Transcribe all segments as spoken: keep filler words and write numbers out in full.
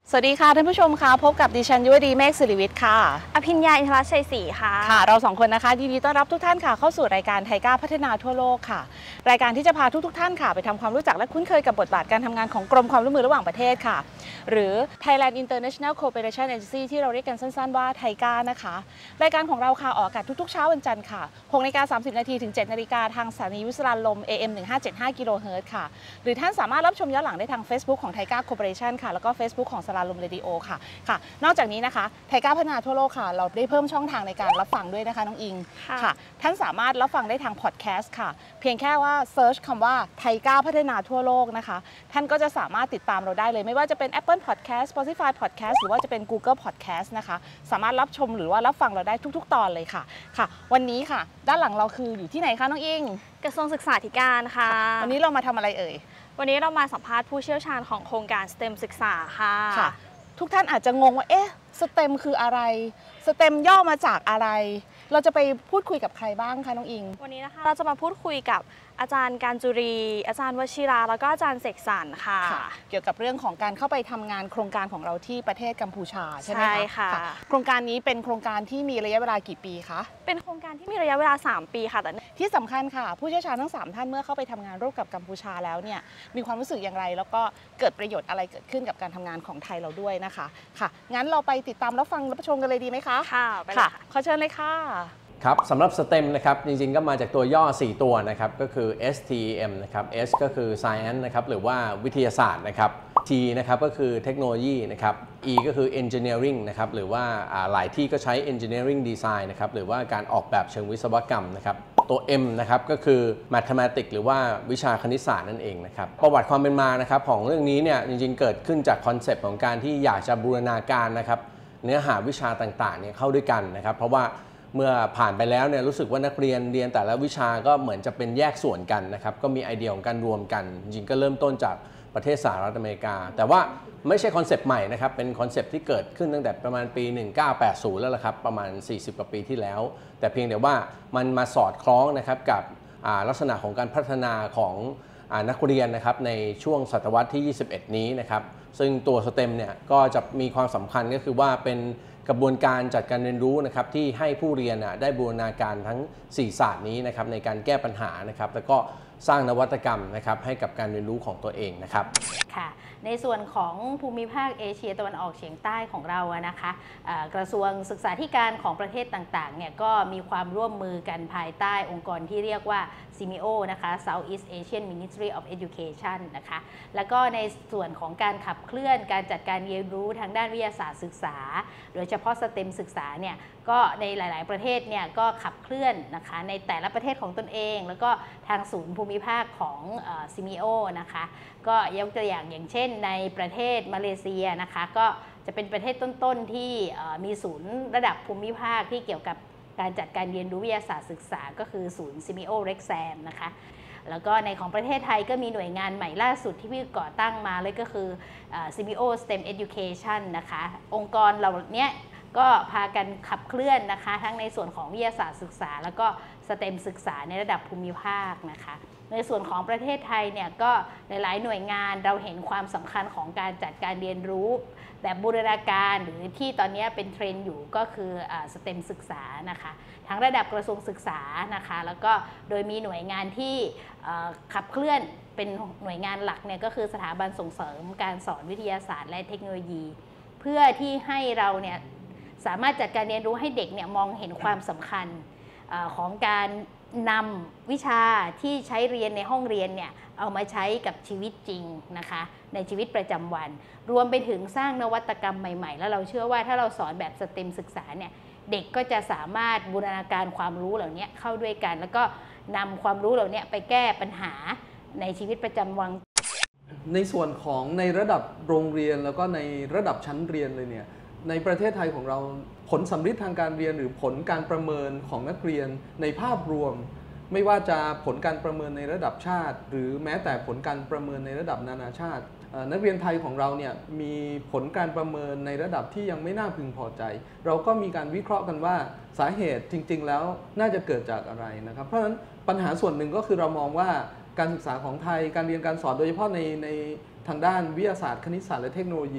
สวัสดีค่ะท่านผู้ชมค่ะพบกับดิฉันยุวดีเมฆศิริวิทย์ค่ะอภิญญาอินทรชัยศรีค่ะค่ะเราสองคนนะคะยินดีต้อนรับทุกท่านค่ะเข้าสู่รายการไทก้าพัฒนาทั่วโลกค่ะรายการที่จะพาทุกๆท่านค่ะไปทำความรู้จักและคุ้นเคยกับบทบาทการทำงานของกรมความร่วมมือระหว่างประเทศค่ะหรือ Thailand International Cooperation Agency ที่เราเรียกกันสั้นๆว่าไทก้านะคะรายการของเราค่ะออกอากาศทุกๆเช้าวันจันทร์ค่ะหกนาฬิกาสามสิบนาทีถึงเจ็ดนาฬิกาทางสถานีวิทยุลม เอ เอ็ม หนึ่งห้าเจ็ดห้ากิโลเฮิรตซ์ค่ะหรือท่านสามารถรับชมย้อนหลังได้ทาง Facebook ของไทก้า Corporation ค่ะแล้วก็ Facebook ของสลาลมเรดิโอค่ะค่ะนอกจากนี้นะคะไทก้าพัฒนาทั่วโลกค่ะเราได้เพิ่มช่องทางในการรับฟังด้วยนะคะน้องอิงค่ะท่านสามารถรับฟังได้ทางพอดแคสต์ค่ะเพียงแค่ว่าเซิร์ชคำว่าไทก้าพัฒนาทั่วโลกนะคะท่านก็จะสามารถติดตามเราได้เลยไม่ว่าจะเป็น Apple Podcast Spotify Podcast หรือว่าจะเป็น Google Podcast นะคะสามารถรับชมหรือว่ารับฟังเราได้ทุกๆตอนเลยค่ะค่ะวันนี้ค่ะด้านหลังเราคืออยู่ที่ไหนคะน้องอิงกระทรวงศึกษาธิการค่ะวันนี้เรามาทำอะไรเอ่ยวันนี้เรามาสัมภาษณ์ผู้เชี่ยวชาญของโครงการ สเต็ม ศึกษาค่ะค่ะทุกท่านอาจจะงงว่าเอ๊ะสเต็มคืออะไรสเต็มย่อมาจากอะไรเราจะไปพูดคุยกับใครบ้างคะน้องอิงวันนี้นะคะเราจะมาพูดคุยกับอาจารย์การจุรีอาจารย์วชิราแล้วก็อาจารย์เสกสรรค่ะเกี่ยวกับเรื่องของการเข้าไปทำงานโครงการของเราที่ประเทศกัมพูชาใช่ไหมคะใช่ค่ะโครงการนี้เป็นโครงการที่มีระยะเวลากี่ปีคะเป็นโครงการที่มีระยะเวลาสามปีค่ะแต่ที่สำคัญค่ะผู้เชี่ยวชาญทั้งสามท่านเมื่อเข้าไปทำงานร่วมกับกัมพูชาแล้วเนี่ยมีความรู้สึกอย่างไรแล้วก็เกิดประโยชน์อะไรเกิดขึ้นกับการทำงานของไทยเราด้วยนะคะค่ะงั้นเราไปติดตามรับฟังรับชมกันเลยดีไหมคะค่ะไปค่ะขอเชิญเลยค่ะครับสำหรับ สเต็ม นะครับจริงๆก็มาจากตัวย่อสี่ตัวนะครับก็คือ เอส ที เอ็ม นะครับ S ก็คือ Science นะครับหรือว่าวิทยาศาสตร์นะครับ T นะครับก็คือเทคโนโลยีนะครับ E ก็คือ Engineering นะครับหรือว่าหลายที่ก็ใช้ Engineering Design นะครับหรือว่าการออกแบบเชิงวิศวกรรมนะครับตัว M นะครับก็คือ Mathematics หรือว่าวิชาคณิตศาสตร์นั่นเองนะครับประวัติความเป็นมานะครับของเรื่องนี้เนี่ยจริงๆเกิดขึ้นจากคอนเซปต์ของการที่อยากจะบูรณาการนะครับเนื้อหาวิชาต่างๆเนี่ยเข้าด้วยกันนะครับเพราะว่าเมื่อผ่านไปแล้วเนี่ยรู้สึกว่านักเรียนเรียนแต่ละวิชาก็เหมือนจะเป็นแยกส่วนกันนะครับก็มีไอเดียของการรวมกันจริงๆก็เริ่มต้นจากประเทศสหรัฐอเมริกาแต่ว่าไม่ใช่คอนเซปต์ใหม่นะครับเป็นคอนเซปต์ที่เกิดขึ้นตั้งแต่ประมาณปีหนึ่งพันเก้าร้อยแปดสิบแล้วละครับประมาณสี่สิบกว่าปีที่แล้วแต่เพียงแต่ว่ามันมาสอดคล้องนะครับกับลักษณะของการพัฒนาของนักเรียนนะครับในช่วงศตวรรษที่ยี่สิบเอ็ดนี้นะครับซึ่งตัว สเต็ม เนี่ยก็จะมีความสำคัญก็คือว่าเป็นกระบวนการจัดการเรียนรู้นะครับที่ให้ผู้เรียนได้บูรณาการทั้งสี่ศาสตร์นี้นะครับในการแก้ปัญหานะครับแล้วก็สร้างนวัตกรรมนะครับให้กับการเรียนรู้ของตัวเองนะครับค่ะในส่วนของภูมิภาคเอเชียตะวันออกเฉียงใต้ของเราอะนะคะกระทรวงศึกษาธิการของประเทศต่างๆเนี่ยก็มีความร่วมมือกันภายใต้องค์กรที่เรียกว่า ซี เอ็ม ไอ โอ นะคะ Southeast Asian Ministry of Education นะคะแล้วก็ในส่วนของการขับเคลื่อนการจัดการเรียนรู้ทางด้านวิทยาศาสตร์ศึกษาโดยเฉพาะ สเต็ม ศึกษาเนี่ยก็ในหลายๆประเทศเนี่ยก็ขับเคลื่อนนะคะในแต่ละประเทศของตนเองแล้วก็ทางศูนย์ภูมิภาคของ ซี เอ็ม ไอ โอ นะคะก็ยกตัวอย่างอย่างเช่นในประเทศมาเลเซียนะคะก็จะเป็นประเทศต้นๆที่มีศูนย์ระดับภูมิภาคที่เกี่ยวกับการจัดการเรียนรู้วิทยาศาสตร์ศึกษาก็คือศูนย์ ซี เอ็ม ไอ โอ เร็กแซม นะคะแล้วก็ในของประเทศไทยก็มีหน่วยงานใหม่ล่าสุดที่พี่ก่อตั้งมาเลยก็คือ ซี เอ็ม ไอ โอ สเต็ม Education นะคะองค์กรเหล่านี้ก็พากันขับเคลื่อนนะคะทั้งในส่วนของวิทยาศาสตร์ศึกษาแล้วก็ สเต็ม ศึกษาในระดับภูมิภาคนะคะในส่วนของประเทศไทยเนี่ยก็หลายๆหน่วยงานเราเห็นความสำคัญของการจัดการเรียนรู้แบบบูรณาการหรือที่ตอนนี้เป็นเทรนด์อยู่ก็คือ สเต็ม ศึกษานะคะทั้งระดับกระทรวงศึกษานะคะแล้วก็โดยมีหน่วยงานที่ขับเคลื่อนเป็นหน่วยงานหลักเนี่ยก็คือสถาบันส่งเสริมการสอนวิทยาศาสตร์และเทคโนโลยีเพื่อที่ให้เราเนี่ยสามารถจัดการเรียนรู้ให้เด็กเนี่ยมองเห็นความสำคัญของการนำวิชาที่ใช้เรียนในห้องเรียนเนี่ยเอามาใช้กับชีวิตจริงนะคะในชีวิตประจำวันรวมไปถึงสร้างนวัตกรรมใหม่ๆแล้วเราเชื่อว่าถ้าเราสอนแบบ สเต็ม ศึกษาเนี่ยเด็กก็จะสามารถบูรณาการความรู้เหล่านี้เข้าด้วยกันแล้วก็นำความรู้เหล่านี้ไปแก้ปัญหาในชีวิตประจำวันในส่วนของในระดับโรงเรียนแล้วก็ในระดับชั้นเรียนเลยเนี่ยในประเทศไทยของเราผลสัมฤทธิ์ทางการเรียนหรือผลการประเมินของนักเรียนในภาพรวมไม่ว่าจะผลการประเมินในระดับชาติหรือแม้แต่ผลการประเมินในระดับนานาชาตินักเรียนไทยของเราเนี่ยมีผลการประเมินในระดับที่ยังไม่น่าพึงพอใจเราก็มีการวิเคราะห์กันว่าสาเหตุจริงๆแล้วน่าจะเกิดจากอะไรนะครับเพราะฉะนั้นปัญหาส่วนหนึ่งก็คือเรามองว่าการศึกษาของไทยการเรียนการสอนโดยเฉพาะในในทางด้านวิทยาศาสตร์คณิตศาสตร์และเทคโนโลยีเนี่ย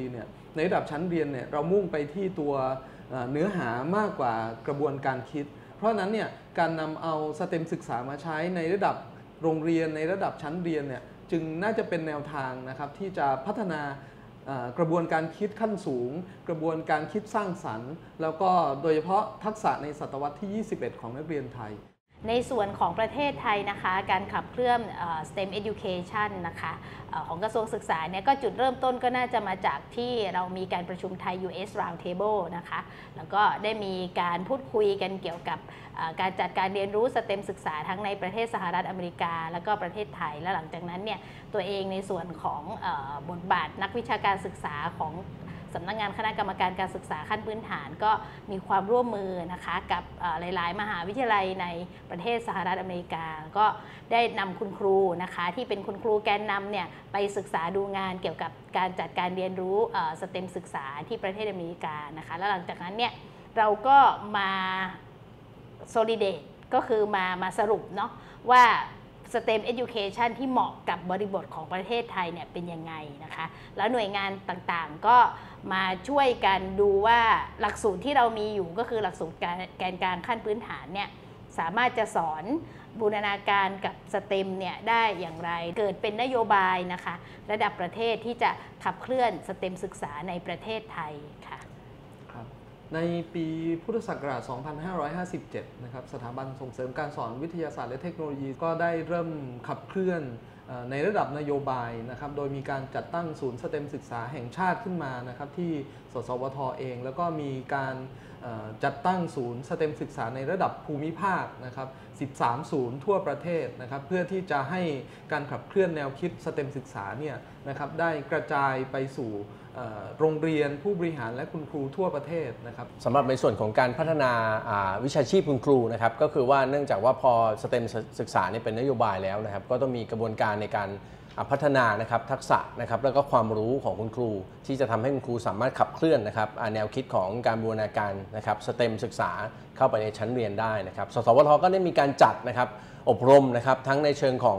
ในระดับชั้นเรียนเนี่ยเรามุ่งไปที่ตัวเนื้อหามากกว่ากระบวนการคิดเพราะนั้นเนี่ยการนำเอาสเต็มศึกษามาใช้ในระดับโรงเรียนในระดับชั้นเรียนเนี่ยจึงน่าจะเป็นแนวทางนะครับที่จะพัฒนากระบวนการคิดขั้นสูงกระบวนการคิดสร้างสรรค์แล้วก็โดยเฉพาะทักษะในศตวรรษที่ยี่สิบเอ็ดของนักเรียนไทยในส่วนของประเทศไทยนะคะการขับเคลื่อน สเต็ม Education นะคะของกระทรวงศึกษาเนี่ยก็จุดเริ่มต้นก็น่าจะมาจากที่เรามีการประชุมไทย ยู เอส Round Table นะคะแล้วก็ได้มีการพูดคุยกันเกี่ยวกับการจัดการเรียนรู้ สเต็ม ศึกษาทั้งในประเทศสหรัฐอเมริกาแล้วก็ประเทศไทยและหลังจากนั้นเนี่ยตัวเองในส่วนของบทบาทนักวิชาการศึกษาของสำนักงานคณะกรรมการการศึกษาขั้นพื้นฐานก็มีความร่วมมือนะคะกับหลายๆ มหาวิทยาลัยในประเทศสหรัฐอเมริกาก็ได้นำคุณครูนะคะที่เป็นคุณครูแกนนำเนี่ยไปศึกษาดูงานเกี่ยวกับการจัดการเรียนรู้สเต็มศึกษาที่ประเทศอเมริกานะคะแล้วหลังจากนั้นเนี่ยเราก็มาโซลิเดตก็คือมามาสรุปเนาะว่าสเต็ม Education ที่เหมาะกับบริบทของประเทศไทยเนี่ยเป็นยังไงนะคะแล้วหน่วยงานต่างๆก็มาช่วยกันดูว่าหลักสูตรที่เรามีอยู่ก็คือหลักสูตรแกนกลางขั้นพื้นฐานเนี่ยสามารถจะสอนบูรณาการกับสเต็มเนี่ยได้อย่างไรเกิดเป็นนโยบายนะคะระดับประเทศที่จะขับเคลื่อนสเต็มศึกษาในประเทศไทยค่ะในปีพุทธศักราช สองพันห้าร้อยห้าสิบเจ็ด นะครับสถาบันส่งเสริมการสอนวิทยาศาสตร์และเทคโนโลยีก็ได้เริ่มขับเคลื่อนในระดับนโยบายนะครับโดยมีการจัดตั้งศูนย์สเต็มศึกษาแห่งชาติขึ้นมานะครับที่สสวทเองแล้วก็มีการจัดตั้งศูนย์สเต็มศึกษาในระดับภูมิภาคนะครับสิบสามศูนย์ทั่วประเทศนะครับเพื่อที่จะให้การขับเคลื่อนแนวคิดสเต็มศึกษาเนี่ยนะครับได้กระจายไปสู่โรงเรียนผู้บริหารและคุณครูทั่วประเทศนะครับสำหรับในส่วนของการพัฒนาวิชาชีพคุณครูนะครับก็คือว่าเนื่องจากว่าพอสเต็มศึกษานี่เป็นนโยบายแล้วนะครับก็ต้องมีกระบวนการในการพัฒนานะครับทักษะนะครับแล้วก็ความรู้ของคุณครูที่จะทำให้คุณครูสามารถขับเคลื่อนนะครับแนวคิดของการบูรณาการนะครับสเต็มศึกษาเข้าไปในชั้นเรียนได้นะครับสสวทก็ได้มีการจัดนะครับอบรมนะครับทั้งในเชิงของ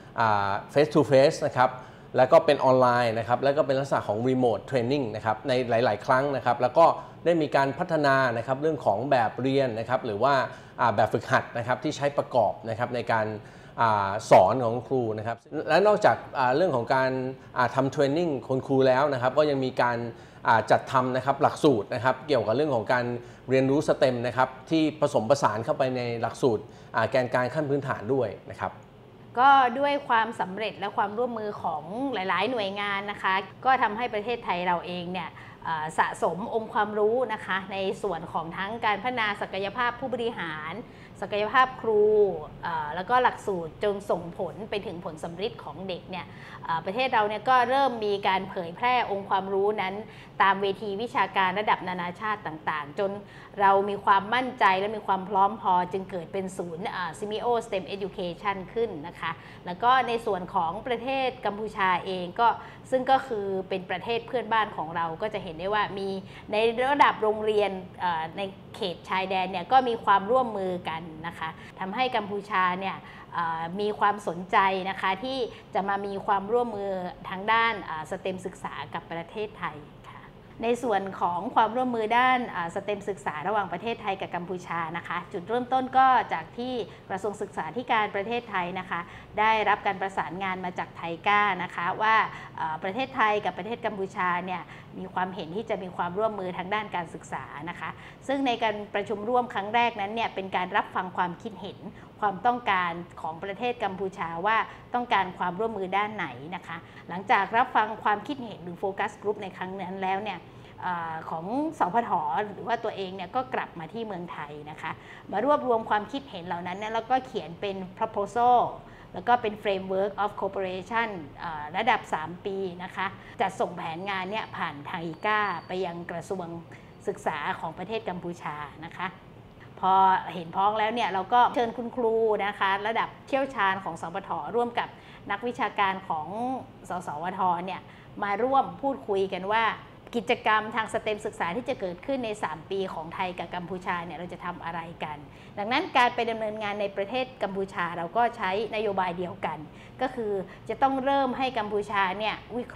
face to face นะครับแล้วก็เป็นออนไลน์นะครับแล้วก็เป็นลักษณะของ remote training นะครับในหลายๆครั้งนะครับแล้วก็ได้มีการพัฒนานะครับเรื่องของแบบเรียนนะครับหรือว่าแบบฝึกหัดนะครับที่ใช้ประกอบนะครับในการสอนของครูนะครับและนอกจากเรื่องของการทำเทรนนิ่งคุณครูแล้วนะครับก็ยังมีการจัดทำนะครับหลักสูตรนะครับเกี่ยวกับเรื่องของการเรียนรู้สเต็มนะครับที่ผสมผสานเข้าไปในหลักสูตรแกนกลางขั้นพื้นฐานด้วยนะครับก็ด้วยความสำเร็จและความร่วมมือของหลายๆหน่วยงานนะคะก็ทำให้ประเทศไทยเราเองเนี่ยสะสมองค์ความรู้นะคะในส่วนของทั้งการพัฒนาศักยภาพผู้บริหารศักยภาพครูแล้วก็หลักสูตรจนส่งผลไปถึงผลสำฤทธิ์ของเด็กเนี่ยประเทศเราเนี่ยก็เริ่มมีการเผยแพร่องค์ความรู้นั้นตามเวทีวิชาการระดับนานาชาติต่างๆจนเรามีความมั่นใจและมีความพร้อมพอจึงเกิดเป็นศูนย์ ซี เอ็ม ไอ โอ สเต็ม Education ขึ้นนะคะแล้วก็ในส่วนของประเทศกัมพูชาเองก็ซึ่งก็คือเป็นประเทศเพื่อนบ้านของเราก็จะเห็นได้ว่ามีในระดับโรงเรียนในเขตชายแดนเนี่ยก็มีความร่วมมือกันนะคะทำให้กัมพูชาเนี่ยมีความสนใจนะคะที่จะมามีความร่วมมือทางด้านสเต็มศึกษากับประเทศไทยค่ะในส่วนของความร่วมมือด้านสเต็มศึกษาระหว่างประเทศไทยกับกัมพูชานะคะจุดเริ่มต้นก็จากที่กระทรวงศึกษาธิการประเทศไทยนะคะได้รับการประสานงานมาจากไทก้านะคะว่าประเทศไทยกับประเทศกัมพูชาเนี่ยมีความเห็นที่จะมีความร่วมมือทางด้านการศึกษานะคะซึ่งในการประชุมร่วมครั้งแรกนั้นเนี่ยเป็นการรับฟังความคิดเห็นความต้องการของประเทศกัมพูชาว่าต้องการความร่วมมือด้านไหนนะคะหลังจากรับฟังความคิดเห็นหรือโฟกัสกรุ๊ปในครั้งนั้นแล้วเนี่ยของสพทหรือว่าตัวเองเนี่ยก็กลับมาที่เมืองไทยนะคะมารวบรวมความคิดเห็นเหล่านั้นแล้วก็เขียนเป็น proposal แล้วก็เป็น framework of cooperation ระดับสามปีนะคะจะส่งแผนงานเนี่ยผ่านไทก้าไปยังกระทรวงศึกษาของประเทศกัมพูชานะคะพอเห็นพ้องแล้วเนี่ยเราก็เชิญคุณครูนะคะระดับเชี่ยวชาญของสพทร่วมกับนักวิชาการของสสวทเนี่ยมาร่วมพูดคุยกันว่ากิจกรรมทางสเต็มศึกษาที่จะเกิดขึ้นในสามปีของไทยกับกัมพูชาเนี่ยเราจะทำอะไรกันดังนั้นการไปดำเนินงานในประเทศกัมพูชาเราก็ใช้นโยบายเดียวกันก็คือจะต้องเริ่มให้กัมพูชาเนี่ยวิเคราะห์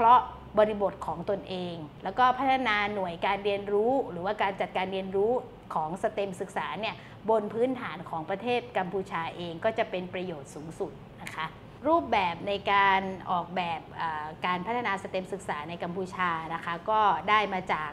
บริบทของตนเอง แล้วก็พัฒนาหน่วยการเรียนรู้หรือว่าการจัดการเรียนรู้ของสเต็มศึกษาเนี่ยบนพื้นฐานของประเทศกัมพูชาเองก็จะเป็นประโยชน์สูงสุดนะคะรูปแบบในการออกแบบการพัฒนาสเต็มศึกษาในกัมพูชานะคะก็ได้มาจาก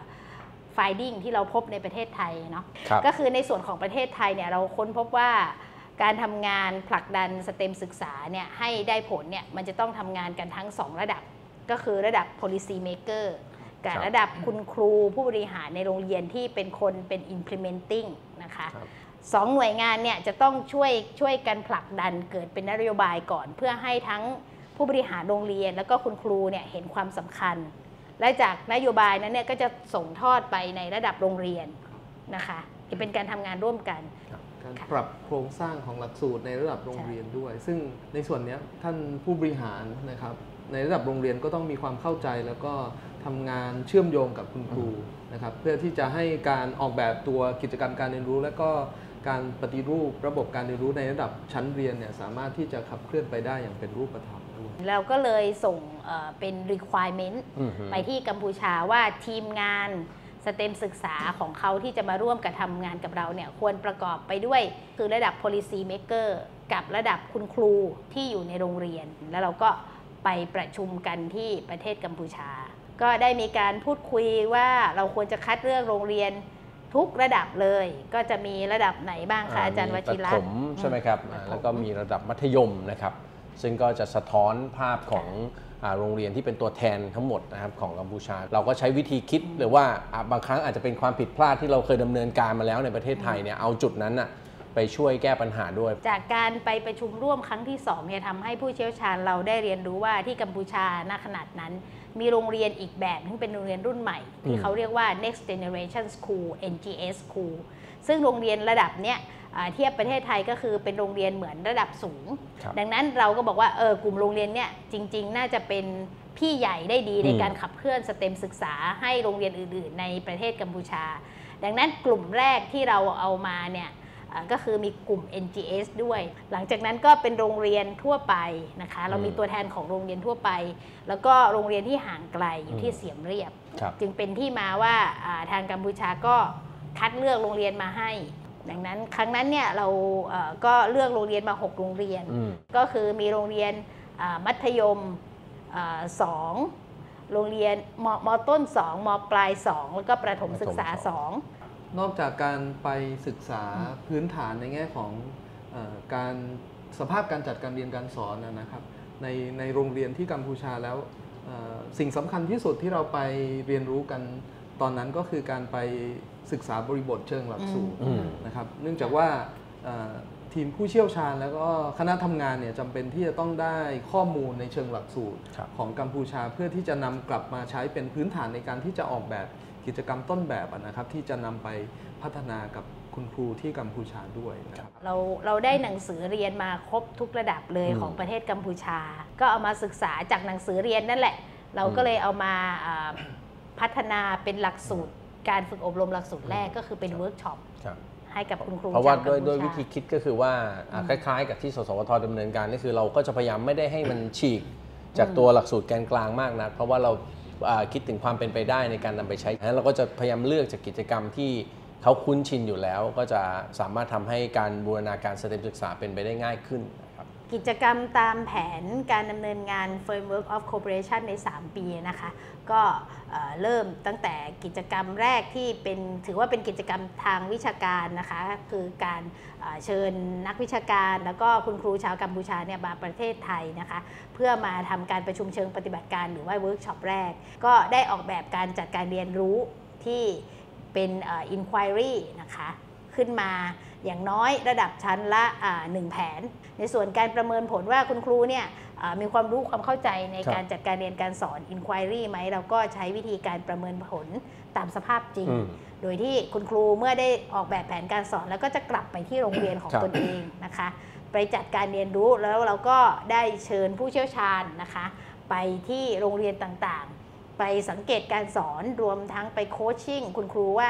finding ที่เราพบในประเทศไทยเนาะก็คือในส่วนของประเทศไทยเนี่ยเราค้นพบว่าการทำงานผลักดันสเต็มศึกษาเนี่ยให้ได้ผลเนี่ยมันจะต้องทำงานกันทั้งสองระดับก็คือระดับ policy maker กับระดับคุณครูผู้บริหารในโรงเรียนที่เป็นคนเป็น implementing นะคะสองหน่วยงานเนี่ยจะต้องช่วยช่วยกันผลักดันเกิดเป็นนโยบายก่อนเพื่อให้ทั้งผู้บริหารโรงเรียนแล้วก็คุณครูเนี่ยเห็นความสำคัญและจากนโยบายนั้นเนี่ยก็จะส่งทอดไปในระดับโรงเรียนนะคะจะเป็นการทำงานร่วมกันการปรับโครงสร้างของหลักสูตรในระดับโรงเรียนด้วยซึ่งในส่วนนี้ท่านผู้บริหารนะครับในระดับโรงเรียนก็ต้องมีความเข้าใจแล้วก็ทำงานเชื่อมโยงกับคุณครูนะครับเพื่อที่จะให้การออกแบบตัวกิจกรรมการเรียนรู้และก็การปฏิรูประบบการเรียนรู้ในระดับชั้นเรียนเนี่ยสามารถที่จะขับเคลื่อนไปได้อย่างเป็นรูปธรรมด้วยเราก็เลยส่งเป็น requirement ไปที่กัมพูชาว่าทีมงานสเต็มศึกษาของเขาที่จะมาร่วมกับทำงานกับเราเนี่ยควรประกอบไปด้วยคือระดับ policy maker กับระดับคุณครูที่อยู่ในโรงเรียนแล้วเราก็ไปประชุมกันที่ประเทศกัมพูชาก็ได้มีการพูดคุยว่าเราควรจะคัดเลือกโรงเรียนทุกระดับเลยก็จะมีระดับไหนบ้างคะอาจารย์วชิระประถมใช่ไหมครับแล้วก็มีระดับมัธยมนะครับซึ่งก็จะสะท้อนภาพของโรงเรียนที่เป็นตัวแทนทั้งหมดนะครับของกัมพูชาเราก็ใช้วิธีคิดหรือว่าบางครั้งอาจจะเป็นความผิดพลาดที่เราเคยดำเนินการมาแล้วในประเทศไทยเนี่ยเอาจุดนั้นน่ะไปช่วยแก้ปัญหาด้วยจากการไปประชุมร่วมครั้งที่สองเนี่ยทำให้ผู้เชี่ยวชาญเราได้เรียนรู้ว่าที่กัมพูชาณขนาดนั้นมีโรงเรียนอีกแบบที่เป็นโรงเรียนรุ่นใหม่ที่เขาเรียกว่า next generation school เอ็น จี เอส school ซึ่งโรงเรียนระดับเนี้ยเทียบประเทศไทยก็คือเป็นโรงเรียนเหมือนระดับสูงดังนั้นเราก็บอกว่าเออกลุ่มโรงเรียนเนี้ยจริงๆน่าจะเป็นพี่ใหญ่ได้ดีในการขับเคลื่อนสเต็มศึกษาให้โรงเรียนอื่นๆในประเทศกัมพูชาดังนั้นกลุ่มแรกที่เราเอามาเนี่ยก็คือมีกลุ่ม เอ็น จี เอส ด้วยหลังจากนั้นก็เป็นโรงเรียนทั่วไปนะคะเรามีตัวแทนของโรงเรียนทั่วไปแล้วก็โรงเรียนที่ห่างไกลอยู่ที่เสียมเรียบจึงเป็นที่มาว่าทางกัมพูชาก็คัดเลือกโรงเรียนมาให้ดังนั้นครั้งนั้นเนี่ยเราก็เลือกโรงเรียนมาหกโรงเรียนก็คือมีโรงเรียนมัธยมสองโรงเรียนม.ต้นสองม.ปลายสองแล้วก็ประถมศึกษาสองนอกจากการไปศึกษาพื้นฐานในแง่ของเอ่อการสภาพการจัดการเรียนการสอนนะครับในในโรงเรียนที่กัมพูชาแล้วสิ่งสำคัญที่สุดที่เราไปเรียนรู้กันตอนนั้นก็คือการไปศึกษาบริบทเชิงหลักสูตรนะครับเนื่องจากว่าทีมผู้เชี่ยวชาญแล้วก็คณะทำงานเนี่ยจำเป็นที่จะต้องได้ข้อมูลในเชิงหลักสูตรของกัมพูชาเพื่อที่จะนำกลับมาใช้เป็นพื้นฐานในการที่จะออกแบบกิจกรรมต้นแบบนะครับที่จะนำไปพัฒนากับคุณครูที่กัมพูชาด้วยนะครับเราเราได้หนังสือเรียนมาครบทุกระดับเลยของประเทศกัมพูชาก็เอามาศึกษาจากหนังสือเรียนนั่นแหละเราก็เลยเอามาพัฒนาเป็นหลักสูตรการฝึกอบรมหลักสูตรแรกก็คือเป็นเวิร์กช็อปให้กับคุณครูเพราะว่าด้วยด้วยวิธีคิดก็คือว่าคล้ายๆกับที่สสวทดำเนินการนี่คือเราก็จะพยายามไม่ได้ให้มันฉีกจากตัวหลักสูตรแกนกลางมากนะเพราะว่าเราคิดถึงความเป็นไปได้ในการนำไปใช้เราก็จะพยายามเลือกจากกิจกรรมที่เขาคุ้นชินอยู่แล้วก็จะสามารถทำให้การบูรณาการสเต็มศึกษาเป็นไปได้ง่ายขึ้นนะครับกิจกรรมตามแผนการดำเนินงาน Framework of Cooperation ในสามปีนะคะก็เริ่มตั้งแต่กิจกรรมแรกที่เป็นถือว่าเป็นกิจกรรมทางวิชาการนะคะคือการเชิญนักวิชาการแล้วก็คุณครูชาวกัมพูชาเนี่ยมาประเทศไทยนะคะเพื่อมาทำการประชุมเชิงปฏิบัติการหรือว่าเวิร์กช็อปแรกก็ได้ออกแบบการจัดการเรียนรู้ที่เป็น inquiry นะคะขึ้นมาอย่างน้อยระดับชั้นละหนึ่งแผนในส่วนการประเมินผลว่าคุณครูเนี่ยมีความรู้ความเข้าใจในการจัดการเรียนการสอน inquiry ไหมเราก็ใช้วิธีการประเมินผลตามสภาพจริงโดยที่คุณครูเมื่อได้ออกแบบแผนการสอนแล้วก็จะกลับไปที่โรงเรียนของตนเองนะคะไปจัดการเรียนรู้แล้วเราก็ได้เชิญผู้เชี่ยวชาญนะคะไปที่โรงเรียนต่างๆไปสังเกตการสอนรวมทั้งไปโคชชิ่งคุณครูว่า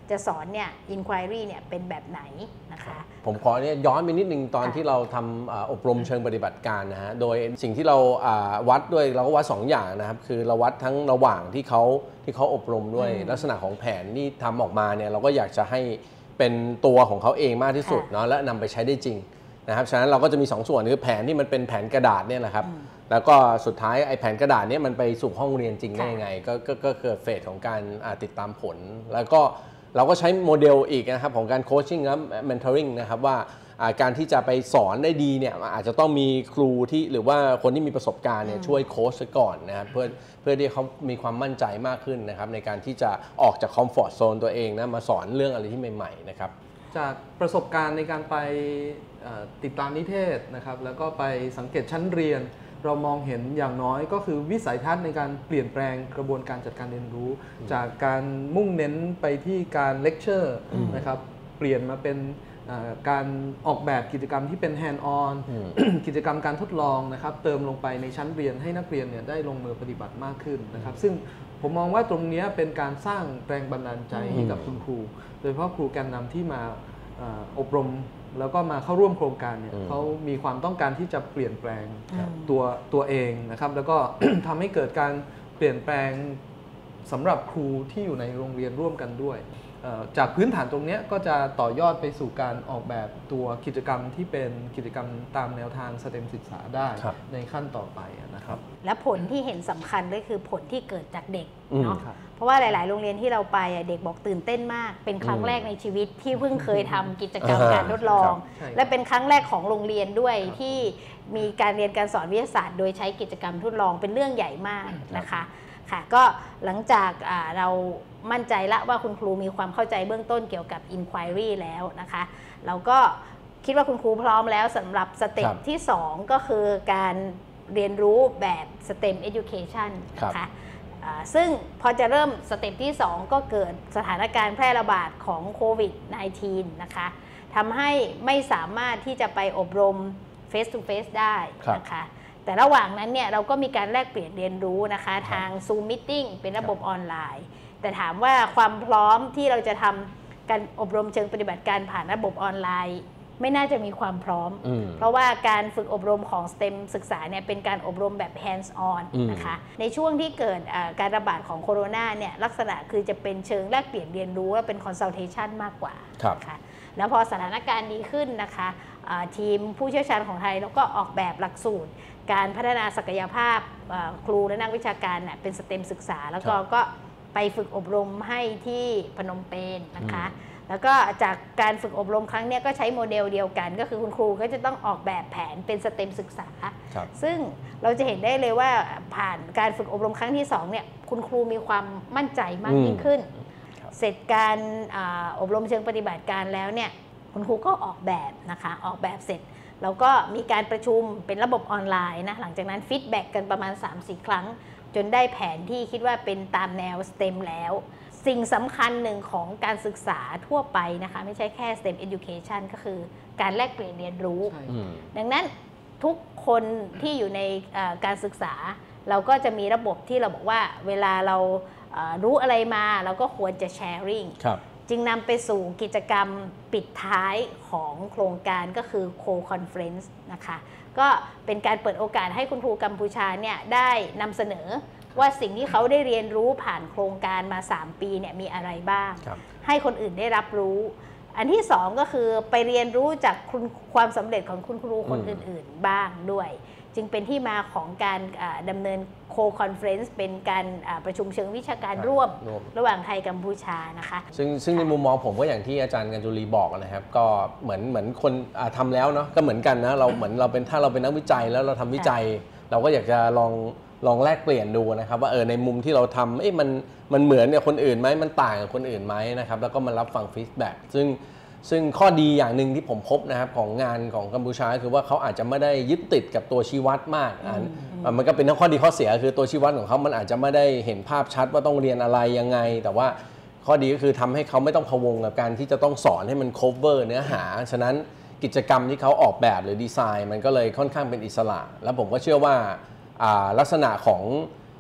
จะสอนเนี่ย inquiry เนี่ยเป็นแบบไหนนะคะผมขอเนี่ยย้อนไปนิดนึงตอนที่เราทำอบรมเชิงปฏิบัติการนะฮะโดยสิ่งที่เราวัดด้วยเราก็วัดสองอย่างนะครับคือเราวัดทั้งระหว่างที่เขาที่เขาอบรมด้วยลักษณะของแผนที่ทำออกมาเนี่ยเราก็อยากจะให้เป็นตัวของเขาเองมากที่สุดเนาะและนำไปใช้ได้จริงนะครับฉะนั้นเราก็จะมีสองส่วนคือแผนที่มันเป็นแผนกระดาษเนี่ยแหละครับแล้วก็สุดท้ายไอ้แผนกระดาษเนี่ยมันไปสู่ห้องเรียนจริงได้ยังไงก็ก็เกิดเฟสของการติดตามผลแล้วก็เราก็ใช้โมเดลอีกนะครับของการโคชชิ่งและเมนทอริงนะครับว่าการที่จะไปสอนได้ดีเนี่ยอาจจะต้องมีครูที่หรือว่าคนที่มีประสบการณ์เนี่ยช่วยโค้ชก่อนนะครับเพื่อเพื่อที่เขามีความมั่นใจมากขึ้นนะครับในการที่จะออกจากคอมฟอร์ทโซนตัวเองนะมาสอนเรื่องอะไรที่ใหม่ๆนะครับจากประสบการณ์ในการไปติดตามนิเทศนะครับแล้วก็ไปสังเกตชั้นเรียนเรามองเห็นอย่างน้อยก็คือวิสัยทัศน์ในการเปลี่ยนแปลงกระบวนการจัดการเรียนรู้จากการมุ่งเน้นไปที่การเลคเชอร์นะครับเปลี่ยนมาเป็นการออกแบบกิจกรรมที่เป็นแฮนด์ออนกิจกรรมการทดลองนะครับเติมลงไปในชั้นเรียนให้นักเรียนเนี่ยได้ลงมือปฏิบัติมากขึ้นนะครับซึ่งผมมองว่าตรงนี้เป็นการสร้างแรงบันดาลใจให้กับคุณครูโดยเฉพาะครูแกนนำที่มาอบรมแล้วก็มาเข้าร่วมโครงการเนี่ยเขามีความต้องการที่จะเปลี่ยนแปลงตัวตัวเองนะครับแล้วก็ ทำให้เกิดการเปลี่ยนแปลงสำหรับครูที่อยู่ในโรงเรียนร่วมกันด้วยจากพื้นฐานตรงนี้ก็จะต่อยอดไปสู่การออกแบบตัวกิจกรรมที่เป็นกิจกรรมตามแนวทางสเต็มศึกษาได้ในขั้นต่อไปนะครับและผลที่เห็นสำคัญก็คือผลที่เกิดจากเด็กเนาะเพราะว่าหลายๆโรงเรียนที่เราไปเด็กบอกตื่นเต้นมากเป็นครั้งแรกในชีวิตที่เพิ่งเคยทำกิจกรรมการทดลองและเป็นครั้งแรกของโรงเรียนด้วยที่มีการเรียนการสอนวิทยาศาสตร์โดยใช้กิจกรรมทดลองเป็นเรื่องใหญ่มากนะคะค่ะก็หลังจากเรามั่นใจละว่าคุณครูมีความเข้าใจเบื้องต้นเกี่ยวกับ Inquiry แล้วนะคะเราก็คิดว่าคุณครูพร้อมแล้วสำหรับสเต็ปที่สองก็คือการเรียนรู้แบบ สเต็ม Education นะคะซึ่งพอจะเริ่มสเต็ปที่สองก็เกิดสถานการณ์แพร่ระบาดของโควิด สิบเก้า นะคะทำให้ไม่สามารถที่จะไปอบรม Face to Face ได้นะคะแต่ระหว่างนั้นเนี่ยเราก็มีการแลกเปลี่ยนเรียนรู้นะคะทาง Zoom Meeting เป็นระบบออนไลน์แต่ถามว่าความพร้อมที่เราจะทำการอบรมเชิงปฏิบัติการผ่านระบบออนไลน์ไม่น่าจะมีความพร้อมเพราะว่าการฝึกอบรมของ สเต็ม ศึกษาเนี่ยเป็นการอบรมแบบ hands on นะคะในช่วงที่เกิดการระบาดของโคโรนาเนี่ยลักษณะคือจะเป็นเชิงแลกเปลี่ยนเรียนรู้และเป็น consultation มากกว่าค่ะแล้วพอสถานการณ์ดีขึ้นนะคะทีมผู้เชี่ยวชาญของไทยเราก็ออกแบบหลักสูตรการพัฒนาศักยภาพครูและนักวิชาการเนี่ยเป็น สเต็ม ศึกษาแล้วก็ก็ไปฝึกอบรมให้ที่พนมเปญนะคะแล้วก็จากการฝึกอบรมครั้งนี้ก็ใช้โมเดลเดียวกันก็คือคุณครูก็จะต้องออกแบบแผนเป็น สเต็ม ศึกษาซึ่งเราจะเห็นได้เลยว่าผ่านการฝึกอบรมครั้งที่สองเนี่ยคุณครูมีความมั่นใจมากยิ่งขึ้นเสร็จการอบรมเชิงปฏิบัติการแล้วเนี่ยคุณครูก็ออกแบบนะคะออกแบบเสร็จแล้วก็มีการประชุมเป็นระบบออนไลน์นะหลังจากนั้นฟีดแบ็กกันประมาณ สามถึงสี่ ครั้งจนได้แผนที่คิดว่าเป็นตามแนว สเต็ม แล้วสิ่งสำคัญหนึ่งของการศึกษาทั่วไปนะคะไม่ใช่แค่ สเต็ม Education ก็คือการแลกเปลี่ยนเรียนรู้ดังนั้นทุกคนที่อยู่ในการศึกษาเราก็จะมีระบบที่เราบอกว่าเวลาเรารู้อะไรมาเราก็ควรจะ sharing จึงนำไปสู่กิจกรรมปิดท้ายของโครงการก็คือ Co-Conference นะคะก็เป็นการเปิดโอกาสให้คุณครูกัมพูชาเนี่ยได้นำเสนอว่าสิ่งที่เขาได้เรียนรู้ผ่านโครงการมาสามปีเนี่ยมีอะไรบ้างให้คนอื่นได้รับรู้อันที่สองก็คือไปเรียนรู้จากความสำเร็จของคุณครูคนอื่นๆบ้างด้วยจึงเป็นที่มาของการดำเนินโคคอนเฟรนซ์เป็นการประชุมเชิงวิชาการร่วมระหว่างไทยกัมพูชานะคะซึ่งซึ่งในมุมมองผมก็อย่างที่อาจารย์กัญจุลีบอกนะครับก็เหมือนเหมือนคนทำแล้วเนาะก็เหมือนกันนะเราเหมือนเราเป็นถ้าเราเป็นนักวิจัยแล้วเราทำวิจัยเราก็อยากจะลองลองแลกเปลี่ยนดูนะครับว่าเออในมุมที่เราทำเอ๊ะมันมันเหมือนเนี่ยคนอื่นไหมมันต่างกับคนอื่นไหมนะครับแล้วก็มารับฟังฟีดแบ็กซึ่งซึ่งข้อดีอย่างหนึ่งที่ผมพบนะครับของงานของกัมพูชาคือว่าเขาอาจจะไม่ได้ยึดติดกับตัวชี้วัดมากมันก็เป็นทั้งข้อดีข้อเสียคือตัวชี้วัดของเขามันอาจจะไม่ได้เห็นภาพชัดว่าต้องเรียนอะไรยังไงแต่ว่าข้อดีก็คือทำให้เขาไม่ต้องพะวงกับการที่จะต้องสอนให้มัน cover เนื้อหาฉะนั้นกิจกรรมที่เขาออกแบบหรือดีไซน์มันก็เลยค่อนข้างเป็นอิสระแล้วผมก็เชื่อว่าลักษณะของ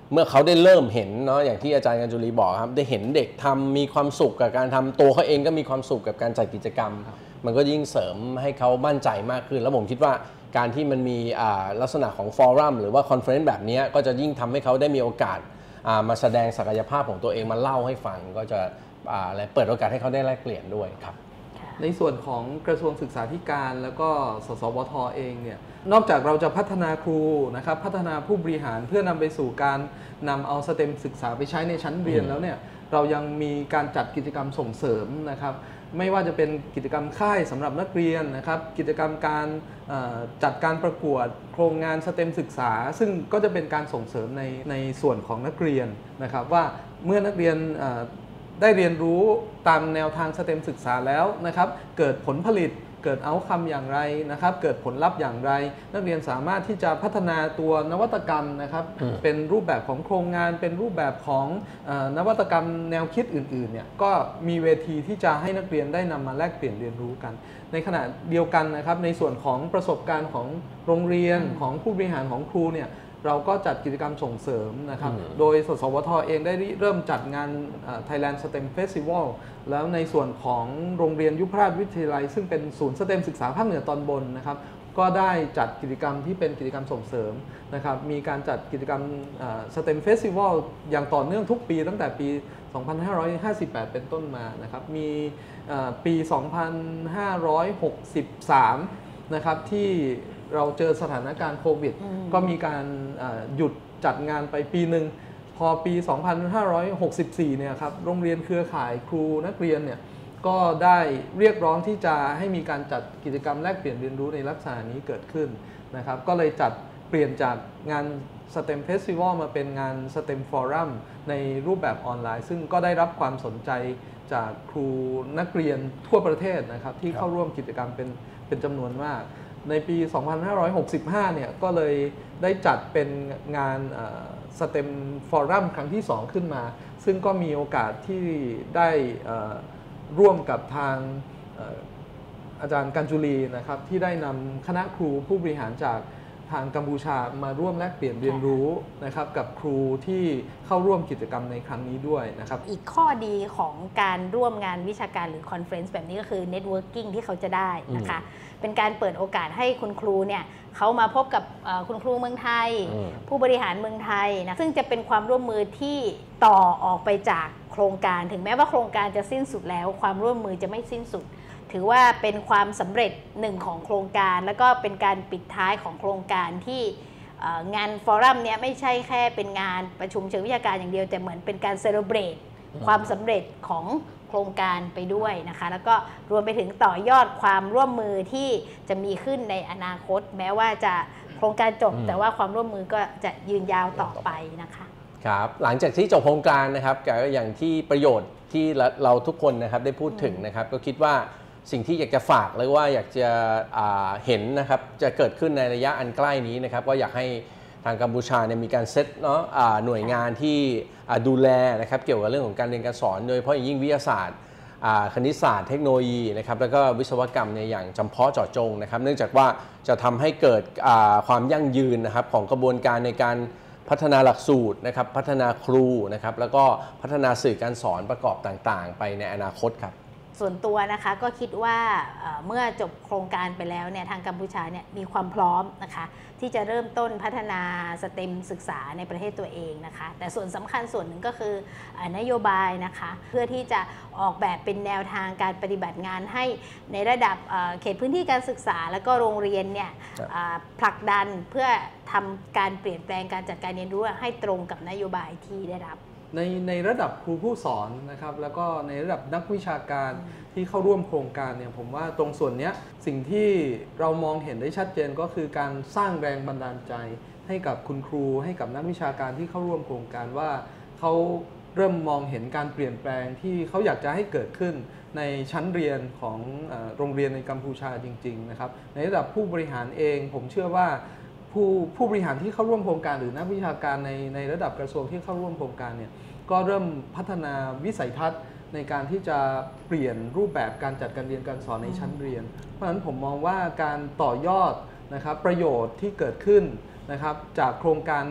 เมื่อเขาได้เริ่มเห็นเนาะอย่างที่อาจารย์กัญจุลีบอกครับได้เห็นเด็กทำมีความสุขกับการทำตัวเขาเองก็มีความสุขกับการจัดกิจกรรมมันก็ยิ่งเสริมให้เขามั่นใจมากขึ้นแล้วผมคิดว่าการที่มันมีลักษณะของฟอรัมหรือว่าคอนเฟอเรนซ์แบบนี้ก็จะยิ่งทำให้เขาได้มีโอกาสมาแสดงศักยภาพของตัวเองมาเล่าให้ฟังก็จะอะไรเปิดโอกาสให้เขาได้แลกเปลี่ยนด้วยครับในส่วนของกระทรวงศึกษาธิการแล้วก็สสวทเองเนี่ยนอกจากเราจะพัฒนาครูนะครับพัฒนาผู้บริหารเพื่อนำไปสู่การนำเอาสเต็มศึกษาไปใช้ในชั้นเรียนแล้วเนี่ยเรายังมีการจัดกิจกรรมส่งเสริมนะครับไม่ว่าจะเป็นกิจกรรมค่ายสำหรับนักเรียนนะครับกิจกรรมการจัดการประกวดโครงงานสเต็มศึกษาซึ่งก็จะเป็นการส่งเสริมในในส่วนของนักเรียนนะครับว่าเมื่อนักเรียนได้เรียนรู้ตามแนวทางสเต็มศึกษาแล้วนะครับเกิดผลผลิตเกิดเอาท์คัมอย่างไรนะครับเกิดผลลัพธ์อย่างไรนักเรียนสามารถที่จะพัฒนาตัวนวัตกรรมนะครับเป็นรูปแบบของโครงงานเป็นรูปแบบของนวัตกรรมแนวคิดอื่นๆเนี่ยก็มีเวทีที่จะให้นักเรียนได้นำมาแลกเปลี่ยนเรียนรู้กันในขณะเดียวกันนะครับในส่วนของประสบการณ์ของโรงเรียนของผู้บริหารของครูเนี่ยเราก็จัดกิจกรรมส่งเสริมนะครับโดยสสวทเองได้เริ่มจัดงาน Thailand STEM Festival แล้วในส่วนของโรงเรียนยุพราชวิทยาลัยซึ่งเป็นศูนย์ STEM ศึกษาภาคเหนือตอนบนนะครับก็ได้จัดกิจกรรมที่เป็นกิจกรรมส่งเสริมนะครับมีการจัดกิจกรรม STEM Festival อย่างต่อเนื่องทุกปีตั้งแต่ปี สองพันห้าร้อยห้าสิบแปด เป็นต้นมานะครับมีปี สองพันห้าร้อยหกสิบสาม นะครับที่เราเจอสถานการณ์โควิดก็มีการหยุดจัดงานไปปีหนึ่งพอปี สองพันห้าร้อยหกสิบสี่ เนี่ยครับโรงเรียนเครือข่ายครูนักเรียนเนี่ยก็ได้เรียกร้องที่จะให้มีการจัดกิจกรรมแลกเปลี่ยนเรียนรู้ในลักษณะนี้เกิดขึ้นนะครับก็เลยจัดเปลี่ยนจากงาน STEM Festival มาเป็นงาน STEM Forum ในรูปแบบออนไลน์ซึ่งก็ได้รับความสนใจจากครูนักเรียนทั่วประเทศนะครับที่เข้าร่วมกิจกรรมเป็นเป็นจำนวนมากในปี สองพันห้าร้อยหกสิบห้า เนี่ยก็เลยได้จัดเป็นงาน STEM Forum ครั้งที่สองขึ้นมาซึ่งก็มีโอกาสที่ได้ร่วมกับทางอาจารย์กัญจุลีนะครับที่ได้นำคณะครูผู้บริหารจากทางกัมพูชามาร่วมแลกเปลี่ยนเรียนรู้นะครับกับครูที่เข้าร่วมกิจกรรมในครั้งนี้ด้วยนะครับอีกข้อดีของการร่วมงานวิชาการหรือคอนเฟรนซ์แบบนี้ก็คือเน็ตเวิร์กิ่งที่เขาจะได้นะคะเป็นการเปิดโอกาสให้คุณครูเนี่ยเขามาพบกับคุณครูเมืองไทยผู้บริหารเมืองไทยนะซึ่งจะเป็นความร่วมมือที่ต่อออกไปจากโครงการถึงแม้ว่าโครงการจะสิ้นสุดแล้วความร่วมมือจะไม่สิ้นสุดถือว่าเป็นความสำเร็จหนึ่งของโครงการแล้วก็เป็นการปิดท้ายของโครงการที่งานฟอรัมเนี้ยไม่ใช่แค่เป็นงานประชุมเชิงวิชาการอย่างเดียวแต่เหมือนเป็นการเซเลบรตความสำเร็จของโครงการไปด้วยนะคะแล้วก็รวมไปถึงต่อยอดความร่วมมือที่จะมีขึ้นในอนาคตแม้ว่าจะโครงการจบแต่ว่าความร่วมมือก็จะยืนยาวต่อไปนะคะครับหลังจากที่จบโครงการนะครับก็อย่างที่ประโยชน์ที่เราทุกคนนะครับได้พูดถึงนะครับก็คิดว่าสิ่งที่อยากจะฝากหรือว่าอยากจะเห็นนะครับจะเกิดขึ้นในระยะอันใกล้นี้นะครับก็อยากให้ทางกัมพูชาเนี่ยมีการเซตเนาะหน่วยงานที่ดูแลนะครับเกี่ยวกับเรื่องของการเรียนการสอนโดยเฉพาะอย่างยิ่งวิทยาศาสตร์คณิตศาสตร์เทคโนโลยีนะครับแล้วก็วิศวกรรมเนี่ยอย่างจำเพาะเจาะจงนะครับเนื่องจากว่าจะทำให้เกิดความยั่งยืนนะครับของกระบวนการในการพัฒนาหลักสูตรนะครับพัฒนาครูนะครับแล้วก็พัฒนาสื่อการสอนประกอบต่างๆไปในอนาคตครับส่วนตัวนะคะก็คิดว่าเมื่อจบโครงการไปแล้วเนี่ยทางกัมพูชาเนี่ยมีความพร้อมนะคะที่จะเริ่มต้นพัฒนาสเต็มศึกษาในประเทศตัวเองนะคะแต่ส่วนสำคัญส่วนหนึ่งก็คือนโยบายนะคะเพื่อที่จะออกแบบเป็นแนวทางการปฏิบัติงานให้ในระดับเขตพื้นที่การศึกษาและก็โรงเรียนเนี่ยผลักดันเพื่อทำการเปลี่ยนแปลงการจัดการเรียนรู้ให้ตรงกับนโยบายที่ได้รับในในระดับครูผู้สอนนะครับแล้วก็ในระดับนักวิชาการที่เข้าร่วมโครงการเนี่ยผมว่าตรงส่วนนี้สิ่งที่เรามองเห็นได้ชัดเจนก็คือการสร้างแรงบันดาลใจให้กับคุณครูให้กับนักวิชาการที่เข้าร่วมโครงการว่าเขาเริ่มมองเห็นการเปลี่ยนแปลงที่เขาอยากจะให้เกิดขึ้นในชั้นเรียนของโรงเรียนในกัมพูชาจริงๆนะครับในระดับผู้บริหารเองผมเชื่อว่าผู้ผู้บริหารที่เข้าร่วมโครงการหรือนักวิชาการในในระดับกระทรวงที่เข้าร่วมโครงการเนี่ยก็เริ่มพัฒนาวิสัยทัศน์ในการที่จะเปลี่ยนรูปแบบการจัดการเรียนการสอนในชั้นเรียนเพราะฉะนั้นผมมองว่าการต่อยอดนะครับประโยชน์ที่เกิดขึ้นนะครับจากโครงการนี้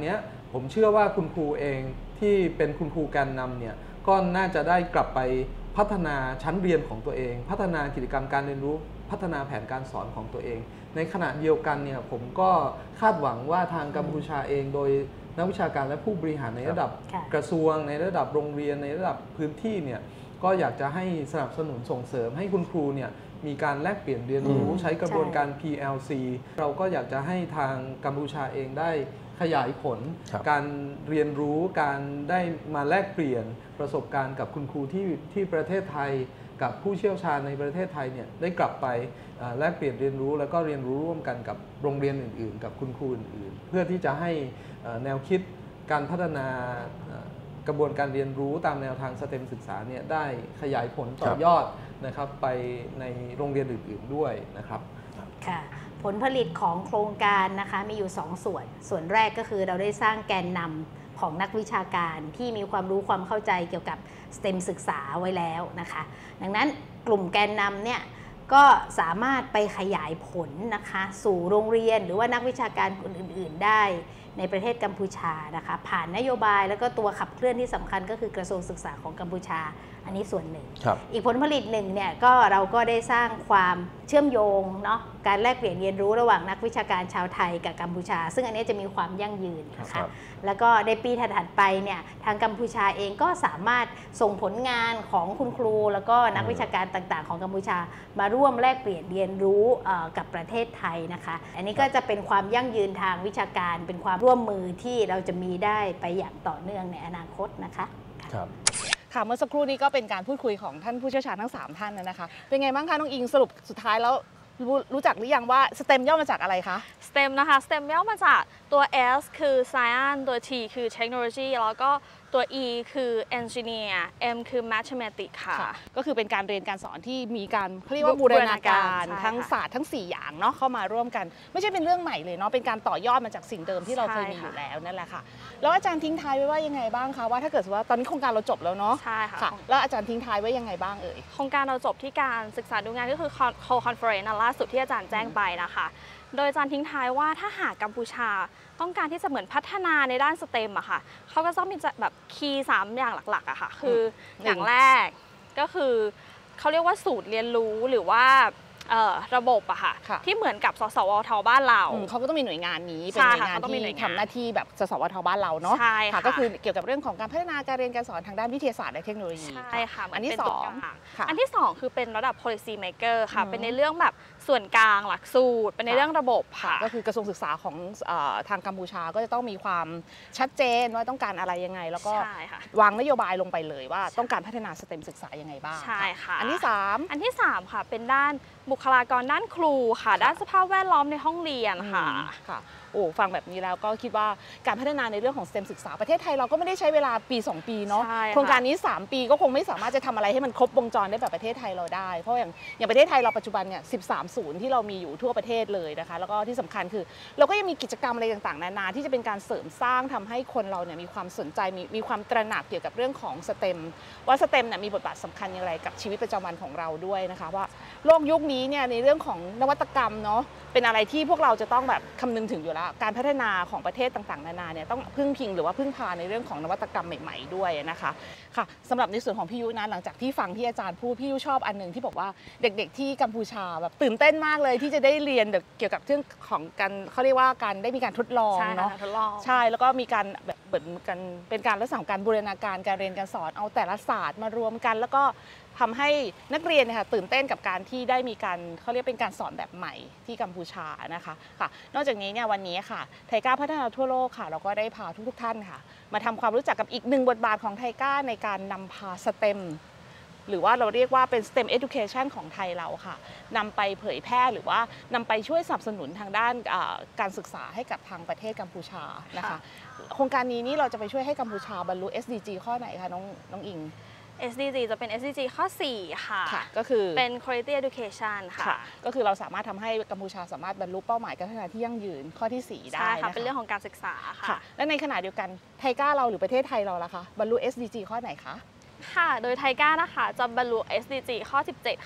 ผมเชื่อว่าคุณครูเองที่เป็นคุณครูแกนนำเนี่ยก็น่าจะได้กลับไปพัฒนาชั้นเรียนของตัวเองพัฒนากิจกรรมการเรียนรู้พัฒนาแผนการสอนของตัวเองในขณะเดียวกันเนี่ยผมก็คาดหวังว่าทางกัมพูชาเองโดยนักวิชาการและผู้บริหารในระดับกระทรวงในระดับโรงเรียนในระดับพื้นที่เนี่ยก็อยากจะให้สนับสนุนส่งเสริมให้คุณครูเนี่ยมีการแลกเปลี่ยนเรียนรู้ใช้กระบวนการ พี แอล ซี เราก็อยากจะให้ทางกัมพูชาเองได้ขยายผลการเรียนรู้การได้มาแลกเปลี่ยนประสบการณ์กับคุณครูที่ที่ประเทศไทยกับผู้เชี่ยวชาญในประเทศไทยเนี่ยได้กลับไปแลกเปลี่ยนเรียนรู้แล้วก็เรียนรู้ร่วมกันกับโรงเรียนอื่นๆกับคุณครูอื่นๆเพื่อที่จะให้แนวคิดการพัฒนากระบวนการเรียนรู้ตามแนวทางสเต็มศึกษาเนี่ยได้ขยายผลต่อยอดนะครับไปในโรงเรียนอื่นๆด้วยนะครับค่ะผลผลิตของโครงการนะคะมีอยู่สองส่วนส่วนแรกก็คือเราได้สร้างแกนนำของนักวิชาการที่มีความรู้ความเข้าใจเกี่ยวกับ สเต็ม ศึกษาไว้แล้วนะคะดังนั้นกลุ่มแกนนำเนี่ยก็สามารถไปขยายผลนะคะสู่โรงเรียนหรือว่านักวิชาการคนอื่นๆได้ในประเทศกัมพูชานะคะผ่านนโยบายแล้วก็ตัวขับเคลื่อนที่สำคัญก็คือกระทรวงศึกษาของกัมพูชาอันนี้ส่วนหนึ่งอีกผลผลิตหนึ่งเนี่ยก็เราก็ได้สร้างความเชื่อมโยงเนาะการแลกเปลี่ยนเรียนรู้ระหว่างนักวิชาการชาวไทยกับกัมพูชาซึ่งอันนี้จะมีความยั่งยืนนะคะแล้วก็ในปีถัดๆไปเนี่ยทางกัมพูชาเองก็สามารถส่งผลงานของคุณครูแล้วก็นักวิชาการต่างๆของกัมพูชามาร่วมแลกเปลี่ยนเรียนรู้กับประเทศไทยนะคะอันนี้ก็จะเป็นความยั่งยืนทางวิชาการเป็นความร่วมมือที่เราจะมีได้ไปอย่างต่อเนื่องในอนาคตนะคะครับค่ะเมื่อสักครู่นี้ก็เป็นการพูดคุยของท่านผู้เชี่ยวชาญทั้งสามท่านนะคะเป็นไงบ้างคะน้องอิงสรุปสุดท้ายแล้วรู้รู้จักหรือยังว่า สเต็ม ย่อมาจากอะไรคะสเต็ม นะคะ สเต็ม ย่อมาจากตัว S คือ Science ตัว T คือ Technology แล้วก็ตัว E คือ Engineer M คือ Mathematics ค่ะก็คือเป็นการเรียนการสอนที่มีการเขาเรียกว่าบูรณาการทั้งศาสตร์ทั้งสี่อย่างเนาะเข้ามาร่วมกันไม่ใช่เป็นเรื่องใหม่เลยเนาะเป็นการต่อยอดมาจากสิ่งเดิมที่เราเคยมีอยู่แล้วนั่นแหละค่ะแล้วอาจารย์ทิ้งท้ายไว้ว่ายังไงบ้างคะว่าถ้าเกิดว่าตอนนี้โครงการเราจบแล้วเนาะใช่ค่ะแล้วอาจารย์ทิ้งท้ายไว้ยังไงบ้างเอ่ยโครงการเราจบที่การศึกษาดูงานก็คือ Co-Conference ล่าสุดที่อาจารย์แจ้งไปนะคะโดยอาจารย์ทิ้งท้ายว่าถ้าหากกัมพูชาต้องการที่จะเหมือนพัฒนาในด้านสเต็มอะค่ะเขาก็ต้องมีแบบคีย์สามอย่างหลักๆอะค่ะคืออย่างแรกก็คือเขาเรียกว่าสูตรเรียนรู้หรือว่าระบบอะค่ะที่เหมือนกับสสวทบ้านเราเขาก็ต้องมีหน่วยงานนี้เป็นหน่วยงานที่ทำหน้าที่แบบสสวทบ้านเราเนาะใช่ค่ะก็คือเกี่ยวกับเรื่องของการพัฒนาการเรียนการสอนทางด้านวิทยาศาสตร์และเทคโนโลยีใช่ค่ะอันที่สองอันที่สองคือเป็นระดับ policy maker ค่ะเป็นในเรื่องแบบส่วนกลางหลักสูตรเป็นในเรื่องระบบค่ะก็คือกระทรวงศึกษาของทางกัมพูชาก็จะต้องมีความชัดเจนว่าต้องการอะไรยังไงแล้วก็วางนโยบายลงไปเลยว่าต้องการพัฒนาสเต็มศึกษายังไงบ้างใช่ค่ะอันที่สามอันที่สามค่ะเป็นด้านบุคลากรด้านครูค่ะด้านสภาพแวดล้อมในห้องเรียนค่ะค่ะโอ้ฟังแบบนี้แล้วก็คิดว่าการพัฒนาในเรื่องของ สเต็ม ศึกษาประเทศไทยเราก็ไม่ได้ใช้เวลาปีสองปีเนาะโครงการนี้สามปีก็คงไม่สามารถจะทำอะไรให้มันครบวงจรได้แบบประเทศไทยเราได้เพราะอย่างอย่างประเทศไทยเราปัจจุบันเนี่ยสิบสามศูนย์ที่เรามีอยู่ทั่วประเทศเลยนะคะแล้วก็ที่สำคัญคือเราก็ยังมีกิจกรรมอะไรต่างๆนานาที่จะเป็นการเสริมสร้างทำให้คนเราเนี่ยมีความสนใจมีมีความตระหนักเกี่ยวกับเรื่องของ สเต็ม ว่า สเต็ม เนี่ยมีบทบาทสำคัญอย่างไรกับชีวิตประจำวันของเราด้วยนะคะว่าโลกยุคนี้เนี่ยในเรื่องของนวัตกรรมเนาะเป็นอะไรที่พวกเราจะต้องแบบคำนึงถึงอยู่แล้วการพัฒนาของประเทศต่างๆนานาเนี่ยต้องพึ่งพิงหรือว่าพึ่งพาในเรื่องของนวัตกรรมใหม่ๆด้วยนะคะค่ะสำหรับในส่วนของพี่ยุนะหลังจากที่ฟังที่อาจารย์พูดพี่ยุชอบอันหนึ่งที่บอกว่าเด็กๆที่กัมพูชาแบบตื่นเต้นมากเลยที่จะได้เรียนเกี่ยวกับเรื่องของการเขาเรียกว่าการได้มีการทดลองเนาะใช่แล้วก็มีการแบบเหมือนกันเป็นการลักษณะของการบูรณาการการเรียนการสอนเอาแต่ละศาสตร์มารวมกันแล้วก็ทำให้นักเรียนเนี่ยค่ะตื่นเต้นกับการที่ได้มีการเขาเรียกเป็นการสอนแบบใหม่ที่กัมพูชานะคะค่ะนอกจากนี้เนี่ยวันนี้ค่ะไทก้าพัฒนาทั่วโลกค่ะเราก็ได้พาทุกๆท่านค่ะมาทำความรู้จักกับอีกหนึ่งบทบาทของไทก้าในการนำพาสเต็มหรือว่าเราเรียกว่าเป็น สเต็ม Education ของไทยเราค่ะนำไปเผยแพร่หรือว่านำไปช่วยสนับสนุนทางด้านการศึกษาให้กับทางประเทศกัมพูชานะคะโครงการนี้นี่เราจะไปช่วยให้กัมพูชาบรรลุ เอส ดี จี ข้อไหนคะน้องน้องอิงเอส ดี จี จะเป็น เอส ดี จี ข้อสี่ค่ะก็คือเป็น Quality Education ค่ะก็คือเราสามารถทำให้กัมพูชาสามารถบรรลุเป้าหมายการพัฒนาที่ยั่งยืนข้อที่สี่ได้ค่ะเป็นเรื่องของการศึกษาค่ะและในขณะเดียวกันไทก้าเราหรือประเทศไทยเราล่ะคะบรรลุ เอส ดี จี ข้อไหนคะค่ะโดยไทก้านะคะจะบรรลุ เอส ดี จี ข้อสิบเจ็ดค่ะ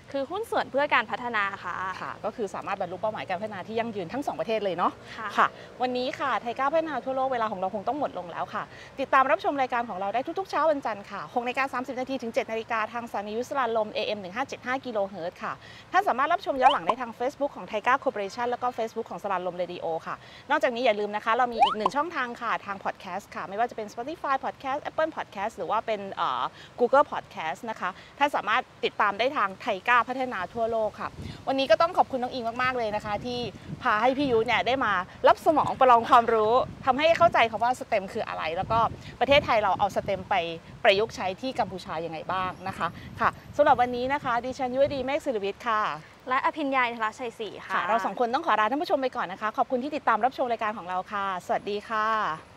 คือหุ้นส่วนเพื่อการพัฒนาค่ะค่ะก็คือสามารถบรรลุเป้าหมายการพัฒนาที่ยั่งยืนทั้งสองประเทศเลยเนาะค่ะค่ะวันนี้ค่ะไทก้าพัฒนาทั่วโลกเวลาของเราคงต้องหมดลงแล้วค่ะติดตามรับชมรายการของเราได้ทุกๆเช้าวันจันทร์ค่ะหกนาฬิกาสามสิบนาทีถึงเจ็ดนาฬิกาทางสถานีวิทยุสลาลม เอ เอ็ม หนึ่งห้าเจ็ดห้า กิโลเฮิรตซ์ค่ะท่านสามารถรับชมย้อนหลังได้ทาง Facebook ของไทก้าคอร์ปอเรชั่นแล้วก็ Facebook ของสลาลมเรดิโอค่ะนอกจากนี้อย่าลืมนะคะเรามีอีกหนึ่งช่องทางค่ะทางพอดแคสต์ค่ะไม่ว่าจะเป็น Spotify Podcast Apple Podcast หรือว่าเป็นเอ่อ Google Podcast นะคะท่านสามารถติดตามได้ทางไทก้าพัฒนาทั่วโลกค่ะวันนี้ก็ต้องขอบคุณน้องอิงมากๆเลยนะคะที่พาให้พี่ยุเนี่ยได้มารับสมองประลองความรู้ทำให้เข้าใจคำว่าสเต็มคืออะไรแล้วก็ประเทศไทยเราเอาสเต็มไปประยุกต์ใช้ที่กัมพูชายังไงบ้างนะคะค่ะสำหรับวันนี้นะคะดิฉันยุวดีเมฆศิริวิทย์ค่ะและอภิญญาอินทรชัยศรีค่ะค่ะเราสองคนต้องขอลาท่านผู้ชมไปก่อนนะคะขอบคุณที่ติดตามรับชมรายการของเราค่ะสวัสดีค่ะ